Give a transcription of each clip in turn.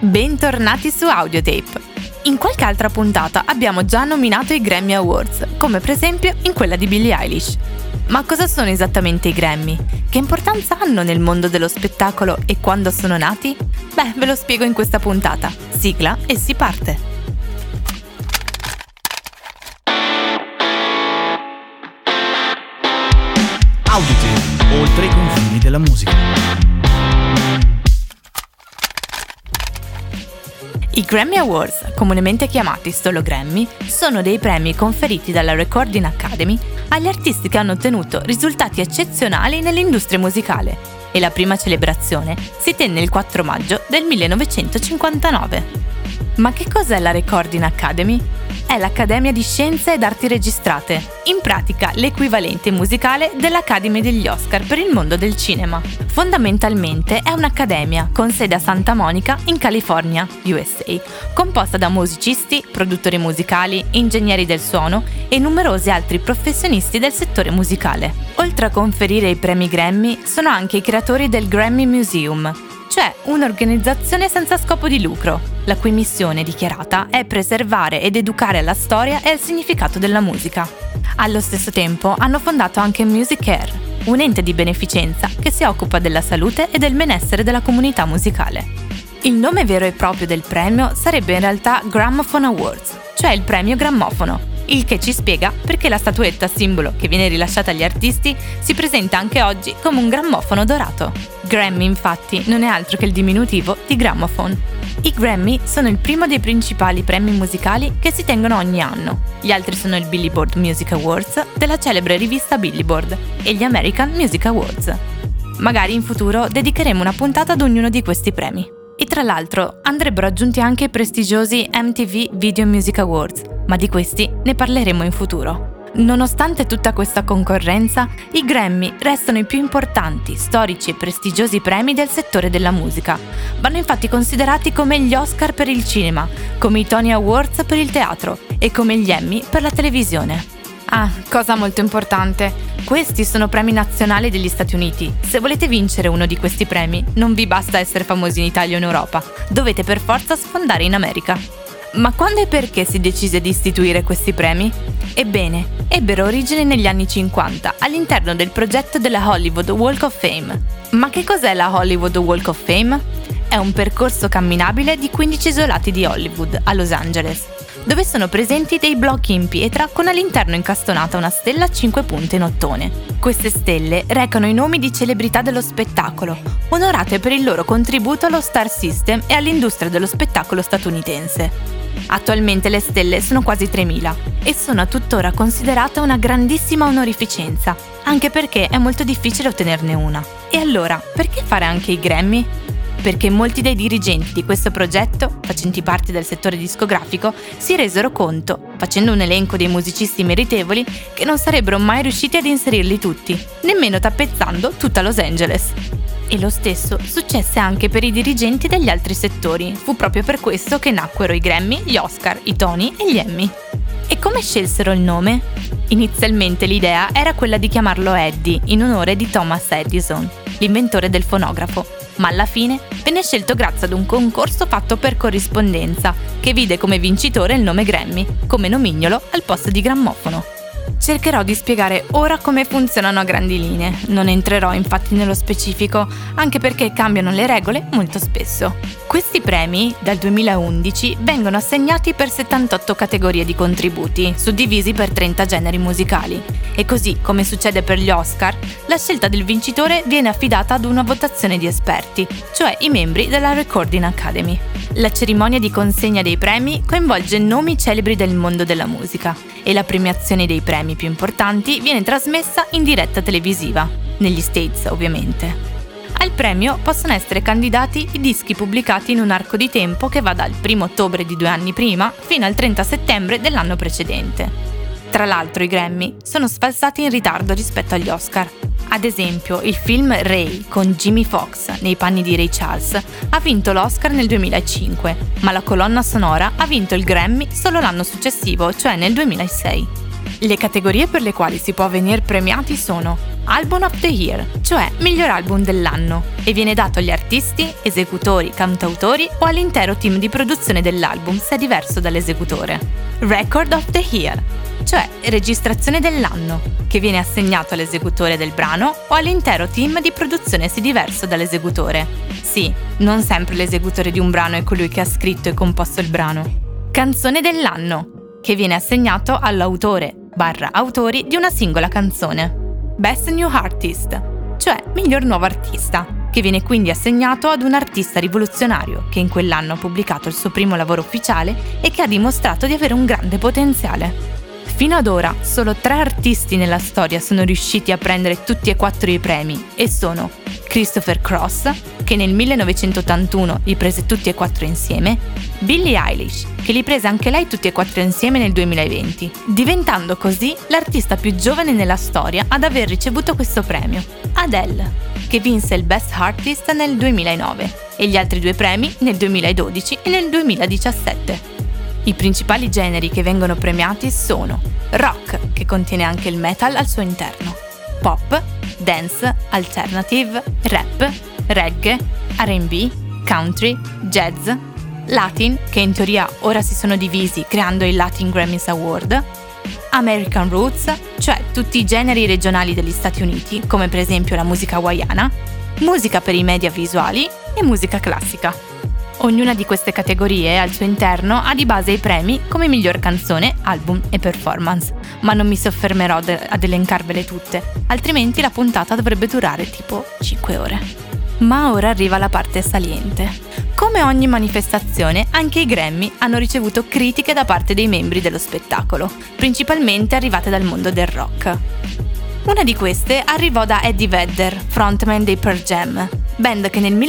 Bentornati su Audiotape. In qualche altra puntata abbiamo già nominato i Grammy Awards, come per esempio in quella di Billie Eilish. Ma cosa sono esattamente i Grammy? Che importanza hanno nel mondo dello spettacolo e quando sono nati? Beh, ve lo spiego in questa puntata. Sigla e si parte! Audiotape, oltre i confini della musica. I Grammy Awards, comunemente chiamati solo Grammy, sono dei premi conferiti dalla Recording Academy agli artisti che hanno ottenuto risultati eccezionali nell'industria musicale, e la prima celebrazione si tenne il 4 maggio del 1959. Ma che cos'è la Recording Academy? È l'Accademia di Scienze ed Arti Registrate, in pratica l'equivalente musicale dell'Academy degli Oscar per il mondo del cinema. Fondamentalmente è un'accademia con sede a Santa Monica, in California, USA, composta da musicisti, produttori musicali, ingegneri del suono e numerosi altri professionisti del settore musicale. Oltre a conferire i premi Grammy, sono anche i creatori del Grammy Museum, cioè un'organizzazione senza scopo di lucro, la cui missione dichiarata è preservare ed educare alla storia e al significato della musica. Allo stesso tempo hanno fondato anche MusiCare, un ente di beneficenza che si occupa della salute e del benessere della comunità musicale. Il nome vero e proprio del premio sarebbe in realtà Gramophone Awards, cioè il premio grammofono, il che ci spiega perché la statuetta simbolo che viene rilasciata agli artisti si presenta anche oggi come un grammofono dorato. Grammy, infatti, non è altro che il diminutivo di gramophone. I Grammy sono il primo dei principali premi musicali che si tengono ogni anno. Gli altri sono il Billboard Music Awards della celebre rivista Billboard e gli American Music Awards. Magari in futuro dedicheremo una puntata ad ognuno di questi premi. E tra l'altro andrebbero aggiunti anche i prestigiosi MTV Video Music Awards, ma di questi ne parleremo in futuro. Nonostante tutta questa concorrenza, i Grammy restano i più importanti, storici e prestigiosi premi del settore della musica. Vanno infatti considerati come gli Oscar per il cinema, come i Tony Awards per il teatro e come gli Emmy per la televisione. Ah, cosa molto importante, questi sono premi nazionali degli Stati Uniti. Se volete vincere uno di questi premi, non vi basta essere famosi in Italia o in Europa, dovete per forza sfondare in America. Ma quando e perché si decise di istituire questi premi? Ebbene, ebbero origine negli anni 50 all'interno del progetto della Hollywood Walk of Fame. Ma che cos'è la Hollywood Walk of Fame? È un percorso camminabile di 15 isolati di Hollywood, a Los Angeles, dove sono presenti dei blocchi in pietra con all'interno incastonata una stella a 5 punte in ottone. Queste stelle recano i nomi di celebrità dello spettacolo, onorate per il loro contributo allo Star System e all'industria dello spettacolo statunitense. Attualmente le stelle sono quasi 3.000 e sono tuttora considerate una grandissima onorificenza, anche perché è molto difficile ottenerne una. E allora, perché fare anche i Grammy? Perché molti dei dirigenti di questo progetto, facenti parte del settore discografico, si resero conto, facendo un elenco dei musicisti meritevoli, che non sarebbero mai riusciti ad inserirli tutti, nemmeno tappezzando tutta Los Angeles. E lo stesso successe anche per i dirigenti degli altri settori. Fu proprio per questo che nacquero i Grammy, gli Oscar, i Tony e gli Emmy. E come scelsero il nome? Inizialmente l'idea era quella di chiamarlo Eddie, in onore di Thomas Edison, l'inventore del fonografo, ma alla fine venne scelto grazie ad un concorso fatto per corrispondenza, che vide come vincitore il nome Grammy, come nomignolo al posto di grammofono. Cercherò di spiegare ora come funzionano a grandi linee, non entrerò infatti nello specifico, anche perché cambiano le regole molto spesso. Questi premi, dal 2011, vengono assegnati per 78 categorie di contributi, suddivisi per 30 generi musicali, e così, come succede per gli Oscar, la scelta del vincitore viene affidata ad una votazione di esperti, cioè i membri della Recording Academy. La cerimonia di consegna dei premi coinvolge nomi celebri del mondo della musica, e la premiazione dei premi più importanti viene trasmessa in diretta televisiva, negli States ovviamente. Al premio possono essere candidati i dischi pubblicati in un arco di tempo che va dal 1 ottobre di 2 anni prima fino al 30 settembre dell'anno precedente. Tra l'altro i Grammy sono sfalsati in ritardo rispetto agli Oscar. Ad esempio, il film Ray con Jamie Foxx nei panni di Ray Charles ha vinto l'Oscar nel 2005, ma la colonna sonora ha vinto il Grammy solo l'anno successivo, cioè nel 2006. Le categorie per le quali si può venire premiati sono Album of the Year, cioè miglior album dell'anno, e viene dato agli artisti, esecutori, cantautori o all'intero team di produzione dell'album se è diverso dall'esecutore. Record of the Year, cioè registrazione dell'anno, che viene assegnato all'esecutore del brano o all'intero team di produzione se diverso dall'esecutore. Sì, non sempre l'esecutore di un brano è colui che ha scritto e composto il brano. Canzone dell'anno, che viene assegnato all'autore/autori di una singola canzone. Best New Artist, cioè miglior nuovo artista, che viene quindi assegnato ad un artista rivoluzionario che in quell'anno ha pubblicato il suo primo lavoro ufficiale e che ha dimostrato di avere un grande potenziale. Fino ad ora, solo 3 artisti nella storia sono riusciti a prendere tutti e 4 i premi e sono Christopher Cross, che nel 1981 li prese tutti e 4 insieme, Billie Eilish, che li prese anche lei tutti e 4 insieme nel 2020, diventando così l'artista più giovane nella storia ad aver ricevuto questo premio, Adele, che vinse il Best Artist nel 2009 e gli altri 2 premi nel 2012 e nel 2017. I principali generi che vengono premiati sono rock, che contiene anche il metal al suo interno, pop, dance, alternative, rap, reggae, R&B, country, jazz, Latin, che in teoria ora si sono divisi creando il Latin Grammys Award, American Roots, cioè tutti i generi regionali degli Stati Uniti, come per esempio la musica hawaiana, musica per i media visuali e musica classica. Ognuna di queste categorie al suo interno ha di base i premi come miglior canzone, album e performance, ma non mi soffermerò ad elencarvele tutte, altrimenti la puntata dovrebbe durare tipo 5 ore. Ma ora arriva la parte saliente. Come ogni manifestazione, anche i Grammy hanno ricevuto critiche da parte dei membri dello spettacolo, principalmente arrivate dal mondo del rock. Una di queste arrivò da Eddie Vedder, frontman dei Pearl Jam, band che nel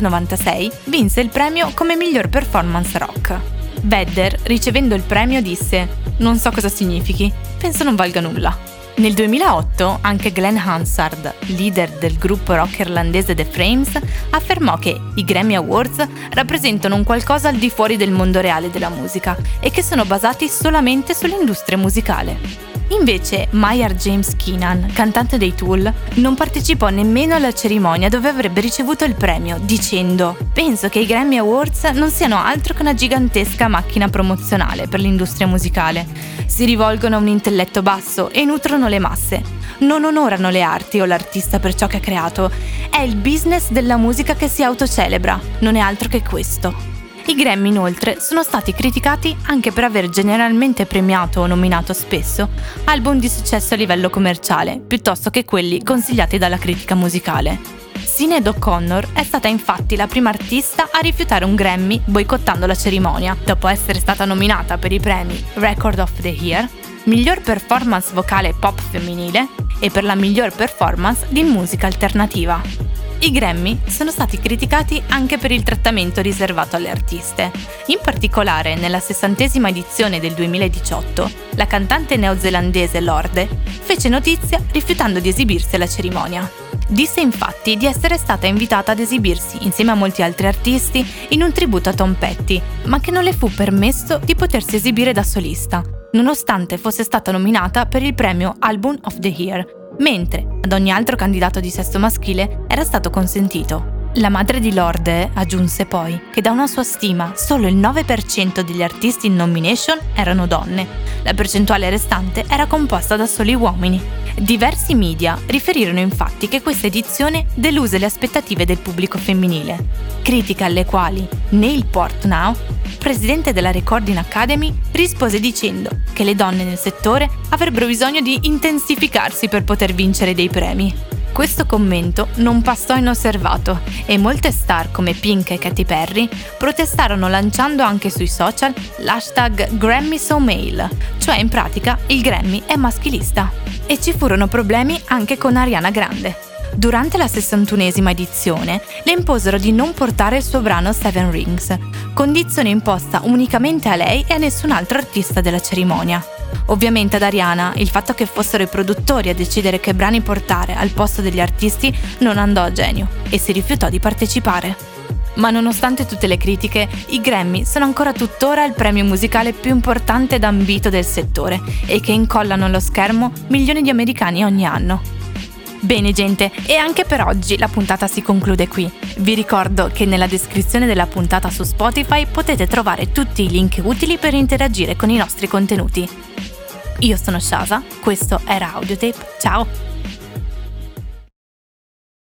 1996 vinse il premio come miglior performance rock. Vedder, ricevendo il premio, disse: "Non so cosa significhi, penso non valga nulla". Nel 2008 anche Glenn Hansard, leader del gruppo rock irlandese The Frames, affermò che i Grammy Awards rappresentano un qualcosa al di fuori del mondo reale della musica e che sono basati solamente sull'industria musicale. Invece Maynard James Keenan, cantante dei Tool, non partecipò nemmeno alla cerimonia dove avrebbe ricevuto il premio, dicendo: "Penso che i Grammy Awards non siano altro che una gigantesca macchina promozionale per l'industria musicale. Si rivolgono a un intelletto basso e nutrono le masse. Non onorano le arti o l'artista per ciò che ha creato. È il business della musica che si autocelebra, non è altro che questo". I Grammy inoltre sono stati criticati anche per aver generalmente premiato o nominato spesso album di successo a livello commerciale, piuttosto che quelli consigliati dalla critica musicale. Sinéad O'Connor è stata infatti la prima artista a rifiutare un Grammy boicottando la cerimonia, dopo essere stata nominata per i premi Record of the Year, miglior performance vocale pop femminile e per la miglior performance di musica alternativa. I Grammy sono stati criticati anche per il trattamento riservato alle artiste. In particolare, nella 60ª edizione del 2018, la cantante neozelandese Lorde fece notizia rifiutando di esibirsi alla cerimonia. Disse infatti di essere stata invitata ad esibirsi insieme a molti altri artisti in un tributo a Tom Petty, ma che non le fu permesso di potersi esibire da solista, nonostante fosse stata nominata per il premio Album of the Year, mentre ad ogni altro candidato di sesso maschile era stato consentito. La madre di Lorde aggiunse poi che da una sua stima solo il 9% degli artisti in nomination erano donne, la percentuale restante era composta da soli uomini. Diversi media riferirono infatti che questa edizione deluse le aspettative del pubblico femminile, critiche alle quali Neil Portnow, presidente della Recording Academy, rispose dicendo che le donne nel settore avrebbero bisogno di intensificarsi per poter vincere dei premi. Questo commento non passò inosservato e molte star come Pink e Katy Perry protestarono lanciando anche sui social l'hashtag GrammySoMale, cioè in pratica il Grammy è maschilista. E ci furono problemi anche con Ariana Grande. Durante la 61ª edizione le imposero di non portare il suo brano Seven Rings, condizione imposta unicamente a lei e a nessun altro artista della cerimonia. Ovviamente ad Ariana il fatto che fossero i produttori a decidere che brani portare al posto degli artisti non andò a genio e si rifiutò di partecipare. Ma nonostante tutte le critiche, i Grammy sono ancora tuttora il premio musicale più importante ed ambito del settore e che incollano allo schermo milioni di americani ogni anno. Bene gente, e anche per oggi la puntata si conclude qui. Vi ricordo che nella descrizione della puntata su Spotify potete trovare tutti i link utili per interagire con i nostri contenuti. Io sono Shasa, questo era Audiotape, ciao!